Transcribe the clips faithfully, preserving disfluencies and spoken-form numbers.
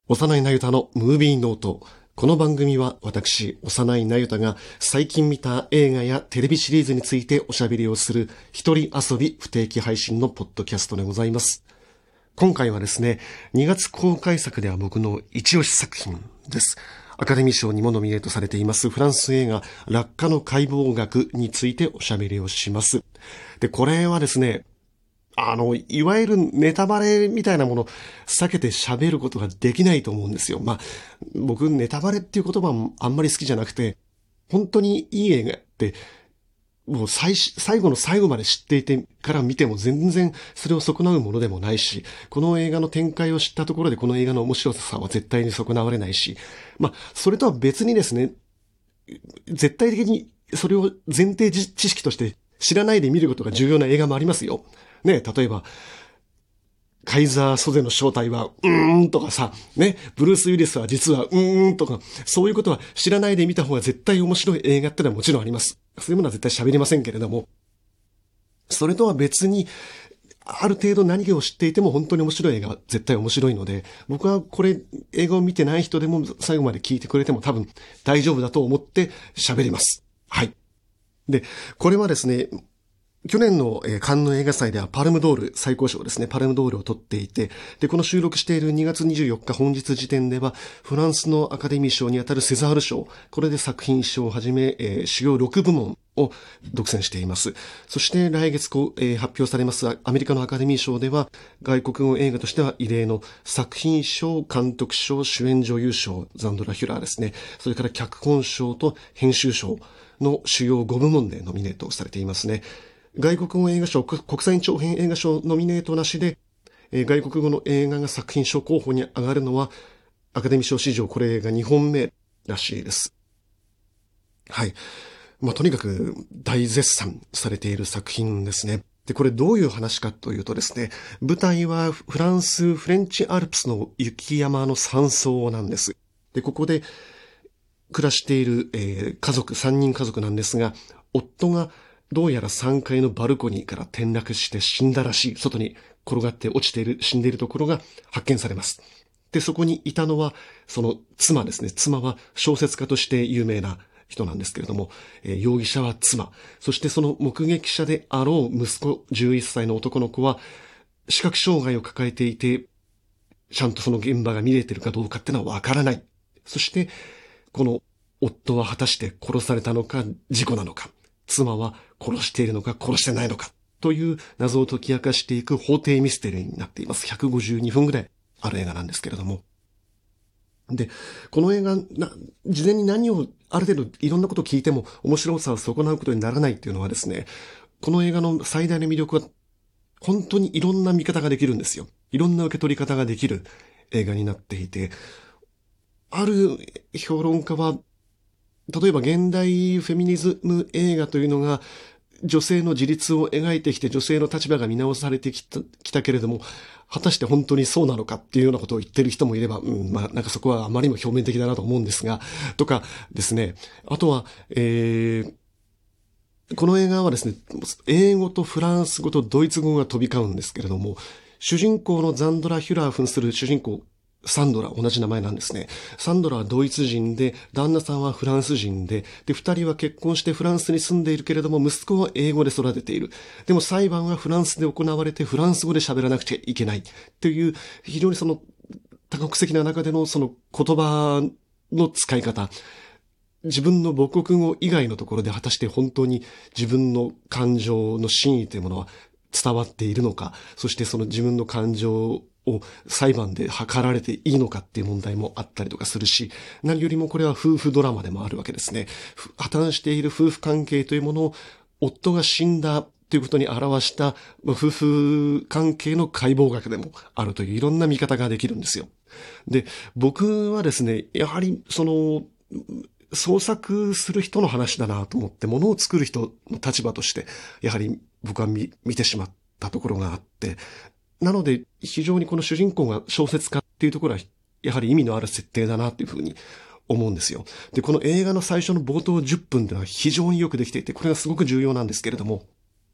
幼いなゆたのムービーノート。この番組は私、幼いなゆたが最近見た映画やテレビシリーズについておしゃべりをする一人遊び不定期配信のポッドキャストでございます。今回はですね、にがつ公開作では僕の一押し作品です。アカデミー賞にもノミネートされていますフランス映画落下の解剖学についておしゃべりをします。で、これはですね、あの、いわゆるネタバレみたいなものを避けて喋ることができないと思うんですよ。まあ、僕ネタバレっていう言葉もあんまり好きじゃなくて、本当にいい映画って、もう最、最後の最後まで知っていてから見ても全然それを損なうものでもないし、この映画の展開を知ったところでこの映画の面白さは絶対に損なわれないし、まあ、それとは別にですね、絶対的にそれを前提知識として知らないで見ることが重要な映画もありますよ。ね、例えば、カイザー・ソゼの正体は、うーんとかさ、ね、ブルース・ウィリスは実は、うーんとか、そういうことは知らないで見た方が絶対面白い映画ってのはもちろんあります。そういうものは絶対喋りませんけれども、それとは別に、ある程度何かを知っていても本当に面白い映画は絶対面白いので、僕はこれ映画を見てない人でも最後まで聞いてくれても多分大丈夫だと思って喋ります。はい。で、これはですね、去年のカンヌ映画祭ではパルムドール最高賞ですね、パルムドールを取っていて、で、この収録しているにがつにじゅうよっか本日時点では、フランスのアカデミー賞にあたるセザール賞、これで作品賞をはじめ、えー、主要ろくぶもんを独占しています。そして来月こう、えー、発表されますアメリカのアカデミー賞では、外国語映画としては異例の作品賞、監督賞、主演女優賞、ザンドラ・ヒュラーですね、それから脚本賞と編集賞の主要ごぶもんでノミネートされていますね。外国語映画賞、国際長編映画賞ノミネートなしで、えー、外国語の映画が作品賞候補に上がるのは、アカデミー賞史上これがにほんめらしいです。はい。まあ、とにかく大絶賛されている作品ですね。で、これどういう話かというとですね、舞台はフランス、フレンチアルプスの雪山の山荘なんです。で、ここで暮らしている、えー、家族、さんにん家族なんですが、夫がどうやらさんがいのバルコニーから転落して死んだらしい。外に転がって落ちている、死んでいるところが発見されます。で、そこにいたのは、その妻ですね。妻は小説家として有名な人なんですけれども、えー、容疑者は妻。そしてその目撃者であろう息子じゅういっさいの男の子は、視覚障害を抱えていて、ちゃんとその現場が見れているかどうかっていうのはわからない。そして、この夫は果たして殺されたのか、事故なのか。妻は殺しているのか殺してないのかという謎を解き明かしていく法廷ミステリーになっています。ひゃくごじゅうにふんぐらいある映画なんですけれども。で、この映画、な、事前に何をある程度いろんなことを聞いても面白さを損なうことにならないっていうのはですね、この映画の最大の魅力は本当にいろんな見方ができるんですよ。いろんな受け取り方ができる映画になっていて、ある評論家は例えば現代フェミニズム映画というのが女性の自立を描いてきて女性の立場が見直されてきた、きたけれども、果たして本当にそうなのかっていうようなことを言ってる人もいれば、うん、まあなんかそこはあまりにも表面的だなと思うんですが、とかですね。あとは、えー、この映画はですね、英語とフランス語とドイツ語が飛び交うんですけれども、主人公のザンドラ・ヒュラー扮する主人公、サンドラ、同じ名前なんですね。サンドラはドイツ人で、旦那さんはフランス人で、で、二人は結婚してフランスに住んでいるけれども、息子は英語で育てている。でも裁判はフランスで行われて、フランス語で喋らなくちゃいけない。という、非常にその、多国籍な中でのその言葉の使い方。自分の母国語以外のところで果たして本当に自分の感情の真意というものは伝わっているのか、そしてその自分の感情を裁判で測られていいのかっていう問題もあったりとかするし、何よりもこれは夫婦ドラマでもあるわけですね。破綻している夫婦関係というものを夫が死んだということに表した夫婦関係の解剖学でもあるといういろんな見方ができるんですよ。で、僕はですね、やはりその創作する人の話だなと思って、ものを作る人の立場としてやはり僕は 見, 見てしまったところがあって、なので非常にこの主人公が小説家っていうところはやはり意味のある設定だなっていうふうに思うんですよ。で、この映画の最初の冒頭じゅっぷんでは非常によくできていて、これがすごく重要なんですけれども、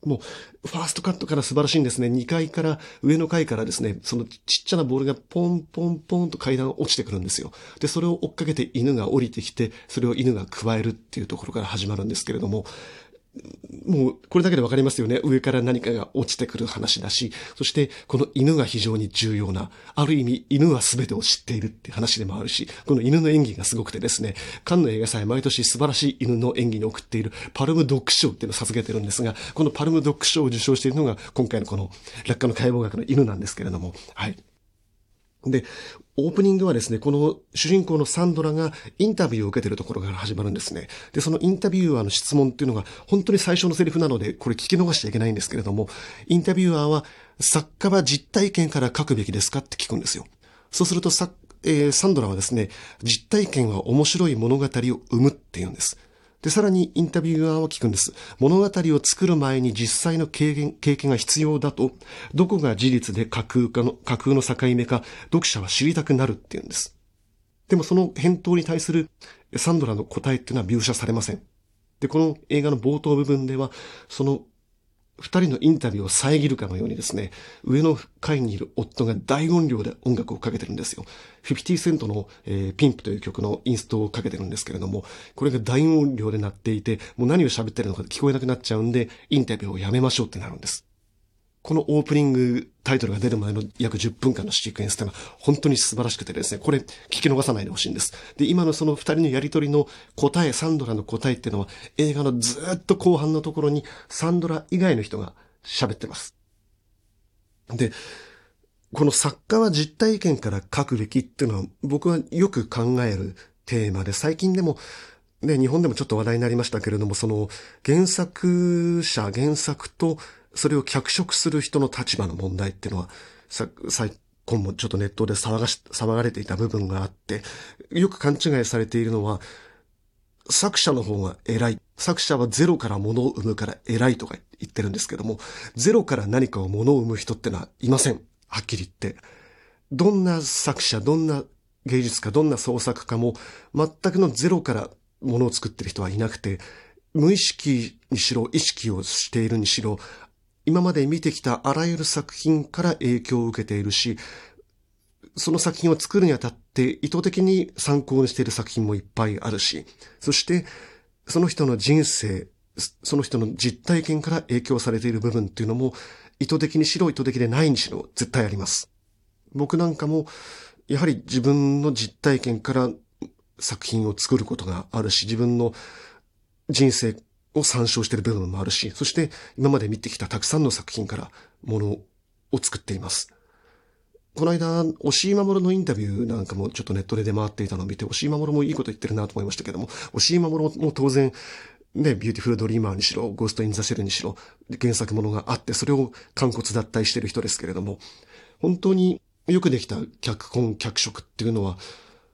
もう、ファーストカットから素晴らしいんですね。にかいから上の階からですね、そのちっちゃなボールがポンポンポンと階段を落ちてくるんですよ。で、それを追っかけて犬が降りてきて、それを犬が加えるっていうところから始まるんですけれども、もう、これだけでわかりますよね。上から何かが落ちてくる話だし、そしてこの犬が非常に重要な、ある意味犬は全てを知っているって話でもあるし、この犬の演技がすごくてですね、カンヌ映画祭毎年素晴らしい犬の演技に送っているパルムドッグ賞っていうのを授けてるんですが、このパルムドッグ賞を受賞しているのが今回のこの落下の解剖学の犬なんですけれども、はい。で、オープニングはですね、この主人公のサンドラがインタビューを受けているところから始まるんですね。で、そのインタビュアーの質問っていうのが本当に最初のセリフなので、これ聞き逃しちゃいけないんですけれども、インタビュアーは作家は実体験から書くべきですかって聞くんですよ。そうするとさ、えー、サンドラはですね、実体験は面白い物語を生むって言うんです。で、さらにインタビュアーは聞くんです。物語を作る前に実際の経験、経験が必要だと、どこが事実で架空かの、架空の境目か、読者は知りたくなるって言うんです。でもその返答に対するサンドラの答えっていうのは描写されません。で、この映画の冒頭部分では、その二人のインタビューを遮るかのようにですね、上の階にいる夫が大音量で音楽をかけてるんですよ。フィフティーセントの、えー、ピンプという曲のインストをかけてるんですけれども、これが大音量で鳴っていて、もう何を喋ってるのか聞こえなくなっちゃうんで、インタビューをやめましょうってなるんです。このオープニングタイトルが出る前の約じゅっぷんかんのシークエンスというのは本当に素晴らしくてですね、これ聞き逃さないでほしいんです。で、今のその二人のやりとりの答え、サンドラの答えっていうのは映画のずーっと後半のところにサンドラ以外の人が喋ってます。で、この作家は実体験から書くべきっていうのは僕はよく考えるテーマで、最近でもね、日本でもちょっと話題になりましたけれども、その原作者、原作とそれを脚色する人の立場の問題っていうのは、さ、最今もちょっとネットで騒がし、騒がれていた部分があって、よく勘違いされているのは、作者の方が偉い。作者はゼロから物を生むから偉いとか言ってるんですけども、ゼロから何かを物を生む人ってのはいません。はっきり言って。どんな作者、どんな芸術家、どんな創作家も、全くのゼロから物を作ってる人はいなくて、無意識にしろ、意識をしているにしろ、今まで見てきたあらゆる作品から影響を受けているし、その作品を作るにあたって意図的に参考にしている作品もいっぱいあるし、そしてその人の人生、その人の実体験から影響されている部分っていうのも意図的にしろ意図的でないにしろ絶対あります。僕なんかもやはり自分の実体験から作品を作ることがあるし、自分の人生を参照している部分もあるし、そして今まで見てきたたくさんの作品からものを作っています。この間、押井守のインタビューなんかもちょっとネットで出回っていたのを見て、押井守もいいこと言ってるなと思いましたけども、押井守も当然、ね、ビューティフルドリーマーにしろ、ゴーストインザシェルにしろ、原作ものがあって、それを完骨脱退している人ですけれども、本当によくできた脚本、脚色っていうのは、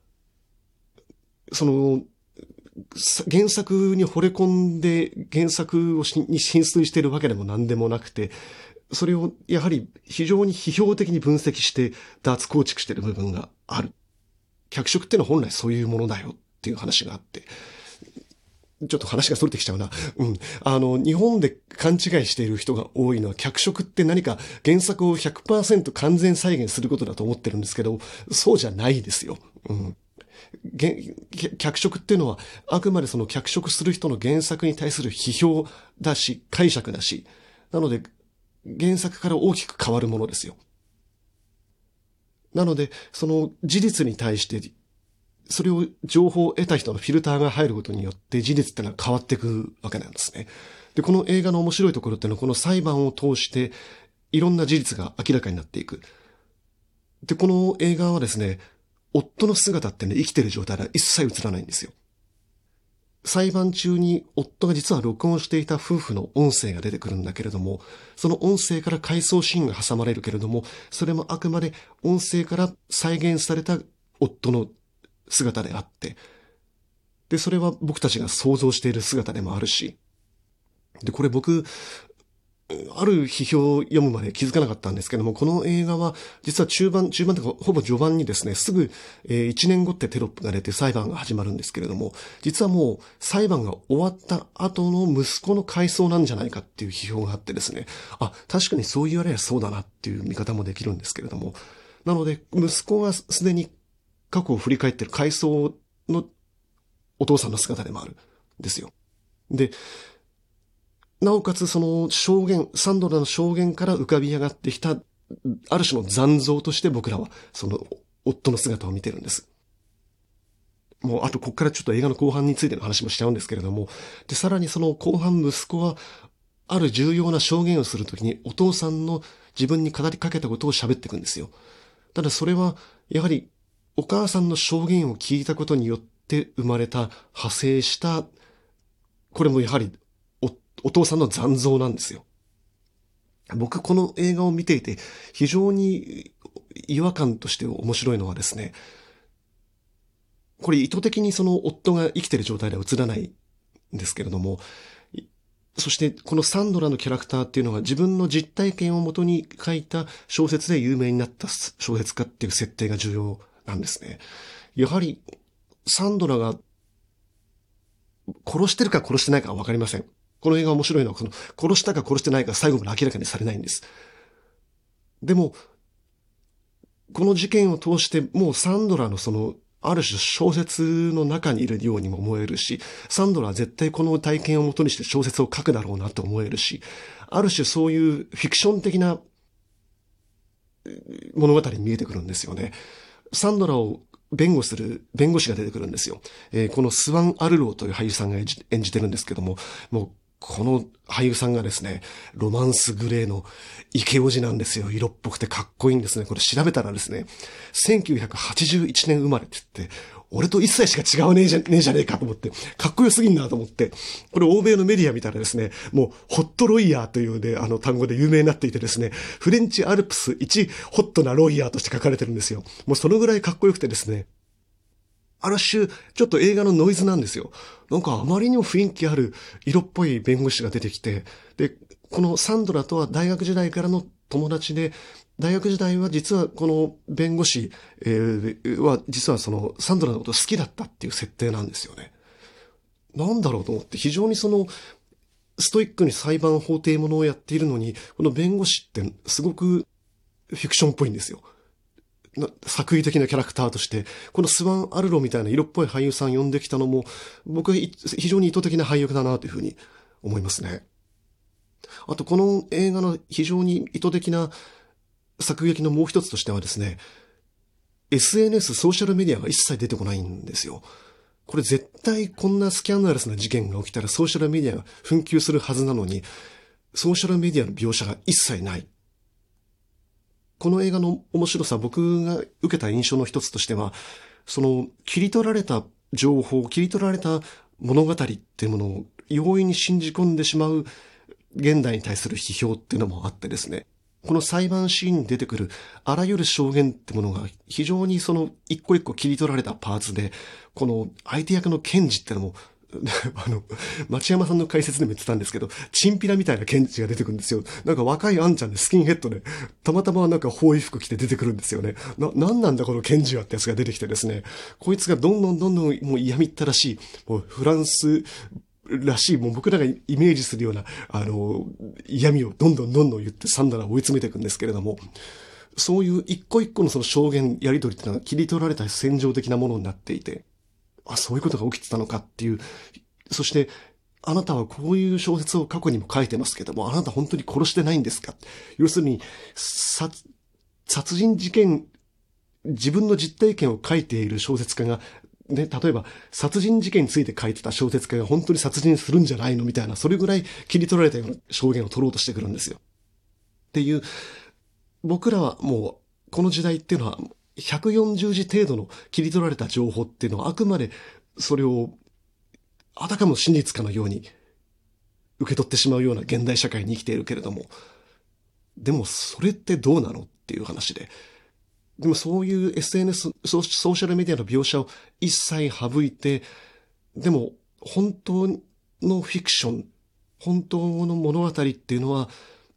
その、原作に惚れ込んで原作をしに浸水しているわけでも何でもなくて、それをやはり非常に批評的に分析して脱構築している部分がある。脚色っていうのは本来そういうものだよっていう話があって、ちょっと話が逸れてきちゃうな。うん。あの、日本で勘違いしている人が多いのは、脚色って何か原作を ひゃくパーセント 完全再現することだと思ってるんですけど、そうじゃないですよ。うん。脚色っていうのは、あくまでその脚色する人の原作に対する批評だし、解釈だし、なので、原作から大きく変わるものですよ。なので、その事実に対して、それを情報を得た人のフィルターが入ることによって事実ってのは変わっていくわけなんですね。で、この映画の面白いところっていうのは、この裁判を通して、いろんな事実が明らかになっていく。で、この映画はですね、夫の姿ってね、生きてる状態では一切映らないんですよ。裁判中に夫が実は録音していた夫婦の音声が出てくるんだけれども、その音声から回想シーンが挟まれるけれども、それもあくまで音声から再現された夫の姿であって、で、それは僕たちが想像している姿でもあるし、で、これ僕、 ある批評を読むまで気づかなかったんですけども、この映画は実は中盤、中盤というかほぼ序盤にですね、すぐ、えー、いちねんごってテロップが出て裁判が始まるんですけれども、実はもう裁判が終わった後の息子の回想なんじゃないかっていう批評があってですね、あ、確かにそう言われればそうだなっていう見方もできるんですけれども、なので息子がすでに過去を振り返っている回想のお父さんの姿でもあるんですよ。で、なおかつその証言、サンドラの証言から浮かび上がってきた、ある種の残像として僕らはその夫の姿を見てるんです。もうあとここからちょっと映画の後半についての話もしちゃうんですけれども、で、さらにその後半息子はある重要な証言をするときにお父さんの自分に語りかけたことを喋っていくんですよ。ただそれはやはりお母さんの証言を聞いたことによって生まれた派生した、これもやはりお父さんの残像なんですよ。僕この映画を見ていて非常に違和感として面白いのはですね、これ意図的にその夫が生きている状態では映らないんですけれども、そしてこのサンドラのキャラクターっていうのは自分の実体験をもとに書いた小説で有名になった小説家っていう設定が重要なんですね。やはりサンドラが殺してるか殺してないかはわかりません。この映画面白いのは、この殺したか殺してないか最後まで明らかにされないんです。でも、この事件を通してもうサンドラのその、ある種小説の中にいるようにも思えるし、サンドラは絶対この体験をもとにして小説を書くだろうなと思えるし、ある種そういうフィクション的な物語に見えてくるんですよね。サンドラを弁護する弁護士が出てくるんですよ。えー、このスワン・アルローという俳優さんが演じ、演じてるんですけども、もうこの俳優さんがですね、ロマンスグレーのイケオジなんですよ。色っぽくてかっこいいんですね。これ調べたらですね、せんきゅうひゃくはちじゅういちねん生まれって言って、俺と一歳しか違うねえじゃねえじゃねえかと思って、かっこよすぎんなと思って、これ欧米のメディア見たらですね、もうホットロイヤーというね、あの単語で有名になっていてですね、フレンチアルプス一ホットなロイヤーとして書かれてるんですよ。もうそのぐらいかっこよくてですね、ある種、ちょっと映画のノイズなんですよ。なんかあまりにも雰囲気ある色っぽい弁護士が出てきて、で、このサンドラとは大学時代からの友達で、大学時代は実はこの弁護士、えー、は実はそのサンドラのこと好きだったっていう設定なんですよね。なんだろうと思って非常にそのストイックに裁判法廷ものをやっているのに、この弁護士ってすごくフィクションっぽいんですよ。作為的なキャラクターとして、このスワン・アルロみたいな色っぽい俳優さん呼んできたのも、僕は非常に意図的な俳優だなというふうに思いますね。あと、この映画の非常に意図的な作劇のもう一つとしてはですね、エスエヌエス、ソーシャルメディアが一切出てこないんですよ。これ絶対こんなスキャンダラスな事件が起きたらソーシャルメディアが紛糾するはずなのに、ソーシャルメディアの描写が一切ない。この映画の面白さ、僕が受けた印象の一つとしては、その切り取られた情報、切り取られた物語っていうものを容易に信じ込んでしまう現代に対する批評っていうのもあってですね、この裁判シーンに出てくるあらゆる証言ってものが非常にその一個一個切り取られたパーツで、この相手役の検事ってのもあの、町山さんの解説でも言ってたんですけど、チンピラみたいな検事が出てくるんですよ。なんか若いあんちゃんでスキンヘッドで、たまたまなんか法衣服着て出てくるんですよね。な、なんなんだこの検事はってやつが出てきてですね、こいつがどんどんどんどんもう嫌みったらしい、もうフランスらしい、もう僕らがイメージするような、あの、嫌味をどんどんどんどん言ってサンダラを追い詰めていくんですけれども、そういう一個一個のその証言、やり取りっていうのが切り取られた戦場的なものになっていて、あ、そういうことが起きてたのかっていう、そして、あなたはこういう小説を過去にも書いてますけども、あなた本当に殺してないんですか？要するに、殺、殺人事件、自分の実体験を書いている小説家が、ね、例えば、殺人事件について書いてた小説家が本当に殺人するんじゃないのみたいな、それぐらい切り取られたような証言を取ろうとしてくるんですよ。っていう、僕らはもう、この時代っていうのは、ひゃくよんじゅうじ程度の切り取られた情報っていうのはあくまでそれをあたかも真実かのように受け取ってしまうような現代社会に生きているけれども、でもそれってどうなのっていう話で、でもそういう エスエヌエス、ソーシャルメディアの描写を一切省いて、でも本当のフィクション、本当の物語っていうのは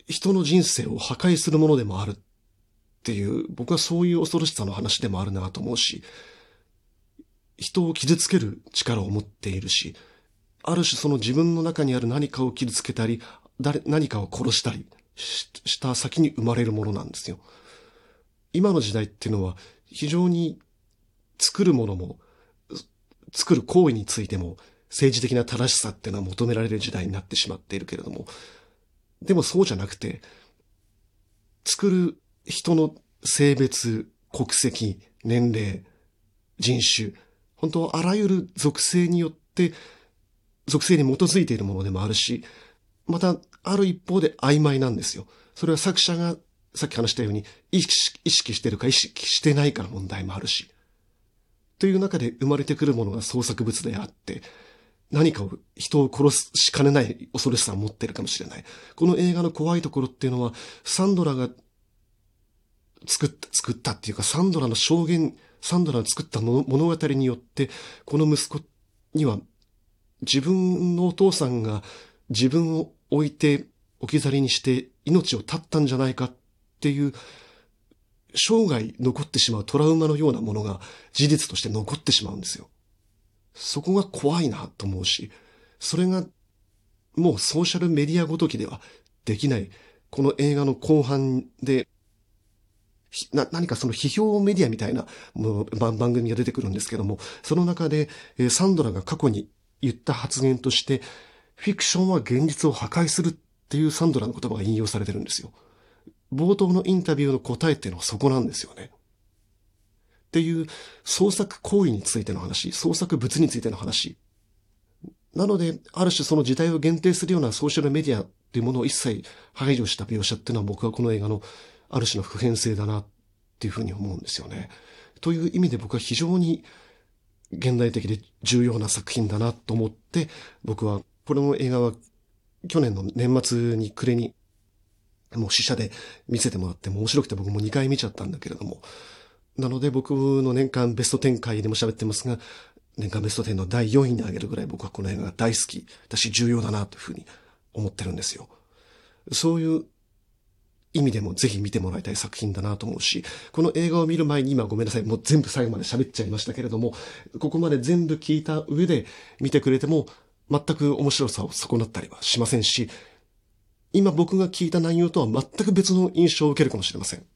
人の人生を破壊するものでもあるっていう、僕はそういう恐ろしさの話でもあるなと思うし、人を傷つける力を持っているし、ある種その自分の中にある何かを傷つけたり、誰、何かを殺したりし、した先に生まれるものなんですよ。今の時代っていうのは非常に作るものも、作る行為についても政治的な正しさっていうのは求められる時代になってしまっているけれども、でもそうじゃなくて、作る人の性別、国籍、年齢、人種、本当あらゆる属性によって、属性に基づいているものでもあるし、またある一方で曖昧なんですよ。それは作者がさっき話したように意識、意識してるか意識してないかの問題もあるし。という中で生まれてくるものが創作物であって、何かを人を殺しかねない恐ろしさを持っているかもしれない。この映画の怖いところっていうのは、サンドラが作った、作ったっていうか、サンドラの証言、サンドラが作った物語によって、この息子には自分のお父さんが自分を置いて置き去りにして命を絶ったんじゃないかっていう生涯残ってしまうトラウマのようなものが事実として残ってしまうんですよ。そこが怖いなと思うし、それがもうソーシャルメディアごときではできない、この映画の後半で、な、何かその批評メディアみたいなもう番組が出てくるんですけども、その中で、えー、サンドラが過去に言った発言として、フィクションは現実を破壊するっていうサンドラの言葉が引用されてるんですよ。冒頭のインタビューの答えっていうのはそこなんですよね。っていう創作行為についての話、創作物についての話。なので、ある種その時代を限定するようなソーシャルメディアっていうものを一切排除した描写っていうのは僕はこの映画のある種の普遍性だなっていうふうに思うんですよね。という意味で僕は非常に現代的で重要な作品だなと思って、僕はこの映画は去年の年末に暮れにもう試写で見せてもらっても面白くて僕もにかい見ちゃったんだけれども、なので僕の年間ベストじゅう回でも喋ってますが、年間ベストじゅうのだいよんいに上げるぐらい僕はこの映画が大好きだし重要だなというふうに思ってるんですよ。そういう意味でもぜひ見てもらいたい作品だなと思うし、この映画を見る前に今ごめんなさい、もう全部最後まで喋っちゃいましたけれども、ここまで全部聞いた上で見てくれても全く面白さを損なったりはしませんし、今僕が聞いた内容とは全く別の印象を受けるかもしれません。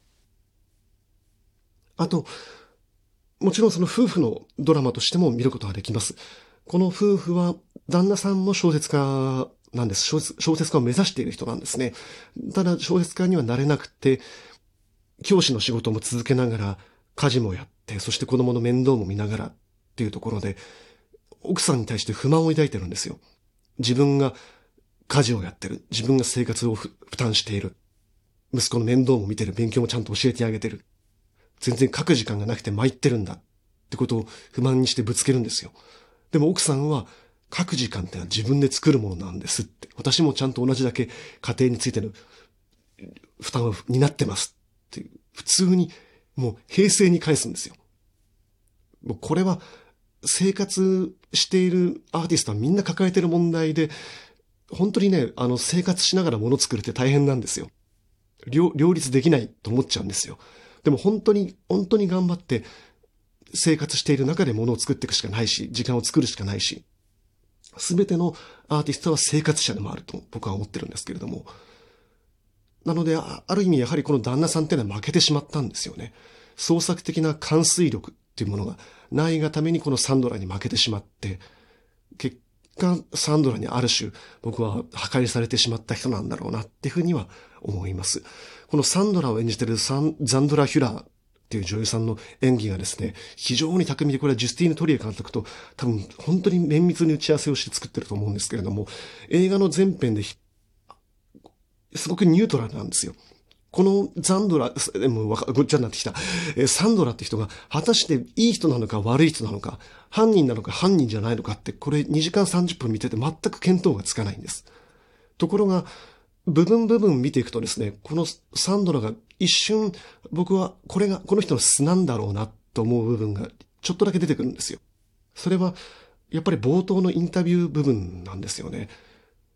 あと、もちろんその夫婦のドラマとしても見ることができます。この夫婦は旦那さんも小説家なんです。小説、小説家を目指している人なんですね。ただ小説家にはなれなくて、教師の仕事も続けながら家事もやって、そして子供の面倒も見ながらっていうところで、奥さんに対して不満を抱いてるんですよ。自分が家事をやってる。自分が生活を負担している。息子の面倒も見てる。勉強もちゃんと教えてあげてる。全然書く時間がなくて参ってるんだってことを不満にしてぶつけるんですよ。でも奥さんは書く時間ってのは自分で作るものなんですって。私もちゃんと同じだけ家庭についての負担を担ってますっていう。普通にもう平静に返すんですよ。もうこれは生活しているアーティストはみんな抱えている問題で、本当にね、あの生活しながら物作るって大変なんですよ。両、両立できないと思っちゃうんですよ。でも本当に、本当に頑張って生活している中で物を作っていくしかないし、時間を作るしかないし、すべてのアーティストは生活者でもあると僕は思ってるんですけれども。なので、ある意味やはりこの旦那さんっていうのは負けてしまったんですよね。創作的な完遂力っていうものがないがためにこのサンドラに負けてしまって、結果サンドラにある種僕は破壊されてしまった人なんだろうなっていうふうには思います。このサンドラを演じているサンザンドラ・ヒュラーっていう女優さんの演技がですね、非常に巧みで、これはジュスティーヌ・トリエ監督と多分本当に綿密に打ち合わせをして作ってると思うんですけれども、映画の前編ですごくニュートラルなんですよ。このザンドラ、でもわかごっちゃになってきた、えサンドラって人が果たしていい人なのか悪い人なのか、犯人なのか犯人じゃないのかって、これにじかんさんじゅっぷん見てて全く見当がつかないんです。ところが、部分部分見ていくとですね、このサンドラが一瞬僕はこれがこの人の素なんだろうなと思う部分がちょっとだけ出てくるんですよ。それはやっぱり冒頭のインタビュー部分なんですよね。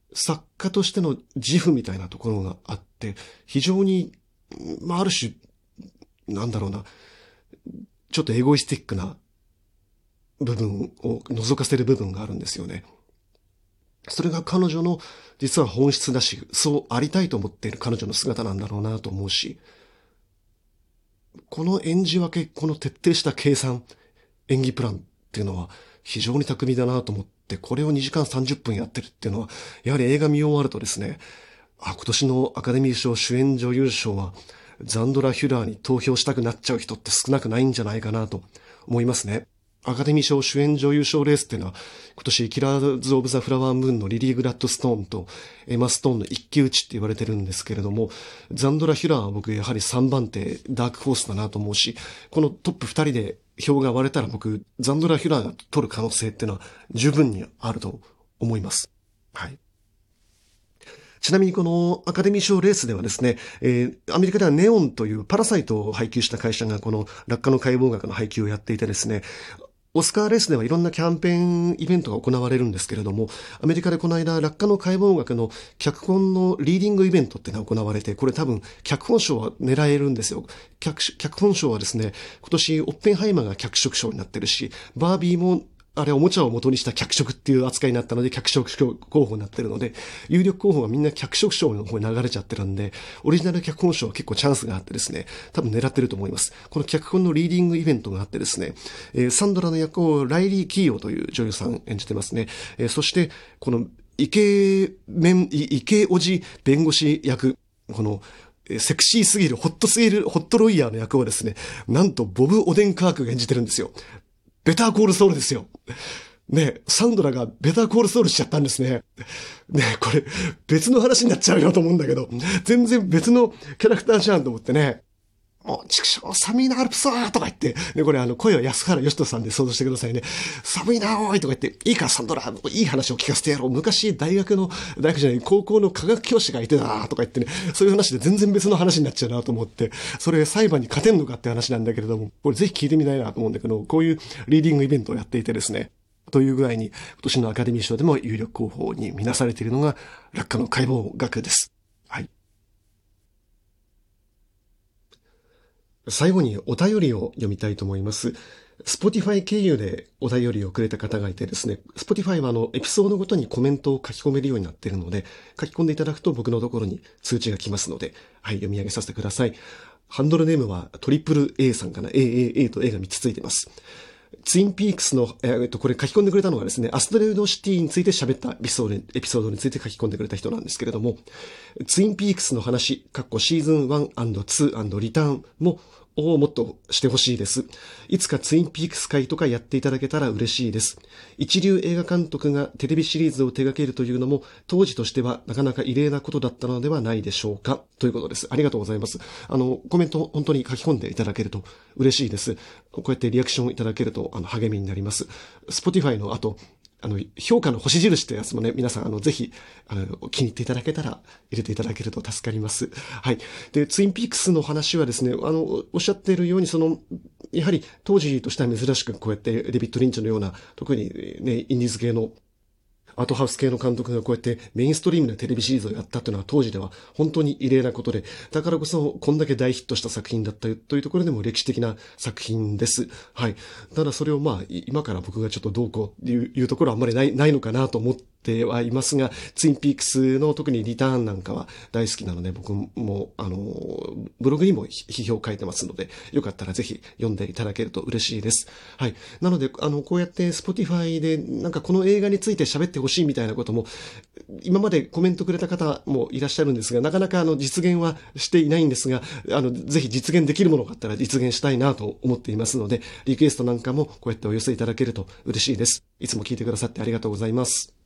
作家としての自負みたいなところがあって、非常に、まあ、ある種、なんだろうな、ちょっとエゴイスティックな部分を覗かせる部分があるんですよね。それが彼女の実は本質だし、そうありたいと思っている彼女の姿なんだろうなと思うし、この演じ分け、この徹底した計算、演技プランっていうのは非常に巧みだなと思って、これをにじかんさんじゅっぷんやってるっていうのは、やはり映画見終わるとですね、あ、今年のアカデミー賞主演女優賞はザンドラ・ヒュラーに投票したくなっちゃう人って少なくないんじゃないかなと思いますね。アカデミー賞主演女優賞レースっていうのは、今年キラーズ・オブ・ザ・フラワームーンのリリー・グラッドストーンとエマ・ストーンの一騎打ちって言われてるんですけれども、ザンドラ・ヒュラーは僕やはりさんばん手ダークホースだなと思うし、このトップふたりで票が割れたら僕、ザンドラ・ヒュラーが取る可能性っていうのは十分にあると思います。はい。ちなみにこのアカデミー賞レースではですね、えー、アメリカではネオンというパラサイトを配給した会社がこの落下の解剖学の配給をやっていてですね、オスカーレースではいろんなキャンペーンイベントが行われるんですけれども、アメリカでこの間、落下の解剖学の脚本のリーディングイベントっていうのが行われて、これ多分脚本賞は狙えるんですよ。脚、脚本賞はですね、今年オッペンハイマーが脚色賞になってるし、バービーもあれおもちゃを元にした脚色っていう扱いになったので脚色候補になってるので、有力候補がみんな脚色賞の方に流れちゃってるんで、オリジナル脚本賞は結構チャンスがあってですね、多分狙ってると思います。この脚本のリーディングイベントがあってですね、えー、サンドラの役をライリー・キーオという女優さん演じてますね。えー、そして、このイケメン、イケおじ弁護士役、このセクシーすぎる、ホットすぎる、ホットロイヤーの役をですね、なんとボブ・オデンカークが演じてるんですよ。ベターコールソウルですよ。ね、サンドラがベターコールソウルしちゃったんですね。ね、これ別の話になっちゃうよと思うんだけど、全然別のキャラクターじゃんと思ってね。もう、畜生、寒いな、アルプスーとか言って、ね、これあの、声は安原義人さんで想像してくださいね。寒いな、おいとか言って、いいか、サンドラ、いい話を聞かせてやろう。昔、大学の、大学じゃない、高校の科学教師がいてな、とか言ってね、そういう話で全然別の話になっちゃうなと思って、それ裁判に勝てんのかって話なんだけれども、これぜひ聞いてみたいなと思うんだけど、こういうリーディングイベントをやっていてですね、という具合に、今年のアカデミー賞でも有力候補に見なされているのが、落下の解剖学です。はい。最後にお便りを読みたいと思います。Spotify 経由でお便りをくれた方がいてですね、Spotify はあのエピソードごとにコメントを書き込めるようになっているので、書き込んでいただくと僕のところに通知が来ますので、はい、読み上げさせてください。ハンドルネームはトリプル A さんかな、エーエーエー と A がみっつついています。ツインピークスの、えっと、これ書き込んでくれたのがですね、アストレイドシティについて喋ったエピソード、エピソードについて書き込んでくれた人なんですけれども、ツインピークスの話、かっこシーズンワン&ツー&リターンも、をもっとしてほしいです。いつかツインピークス会とかやっていただけたら嬉しいです。一流映画監督がテレビシリーズを手掛けるというのも当時としてはなかなか異例なことだったのではないでしょうか。ということです。ありがとうございます。あの、コメント本当に書き込んでいただけると嬉しいです。こうやってリアクションいただけるとあの励みになります。Spotify の後、あの、評価の星印ってやつもね、皆さん、あの、ぜひ、あの、気に入っていただけたら、入れていただけると助かります。はい。で、ツインピークスの話はですね、あの、おっしゃっているように、その、やはり、当時としては珍しく、こうやって、デビッド・リンチのような、特にね、インディーズ系の、アートハウス系の監督がこうやってメインストリームなテレビシリーズをやったっていうのは当時では本当に異例なことで、だからこそこんだけ大ヒットした作品だったというところでも歴史的な作品です。はい。ただそれをまあ、今から僕がちょっとどうこうっていうところはあんまりない、ないのかなと思ってはいますが、ツインピークスの特にリターンなんかは大好きなので、僕も、あの、ブログにも批評を書いてますので、よかったらぜひ読んでいただけると嬉しいです。はい。なので、あの、こうやって Spotify でなんかこの映画について喋ってほしいみたいなことも、今までコメントくれた方もいらっしゃるんですが、なかなかあの実現はしていないんですが、あの、ぜひ実現できるものがあったら実現したいなと思っていますので、リクエストなんかもこうやってお寄せいただけると嬉しいです。いつも聞いてくださってありがとうございます。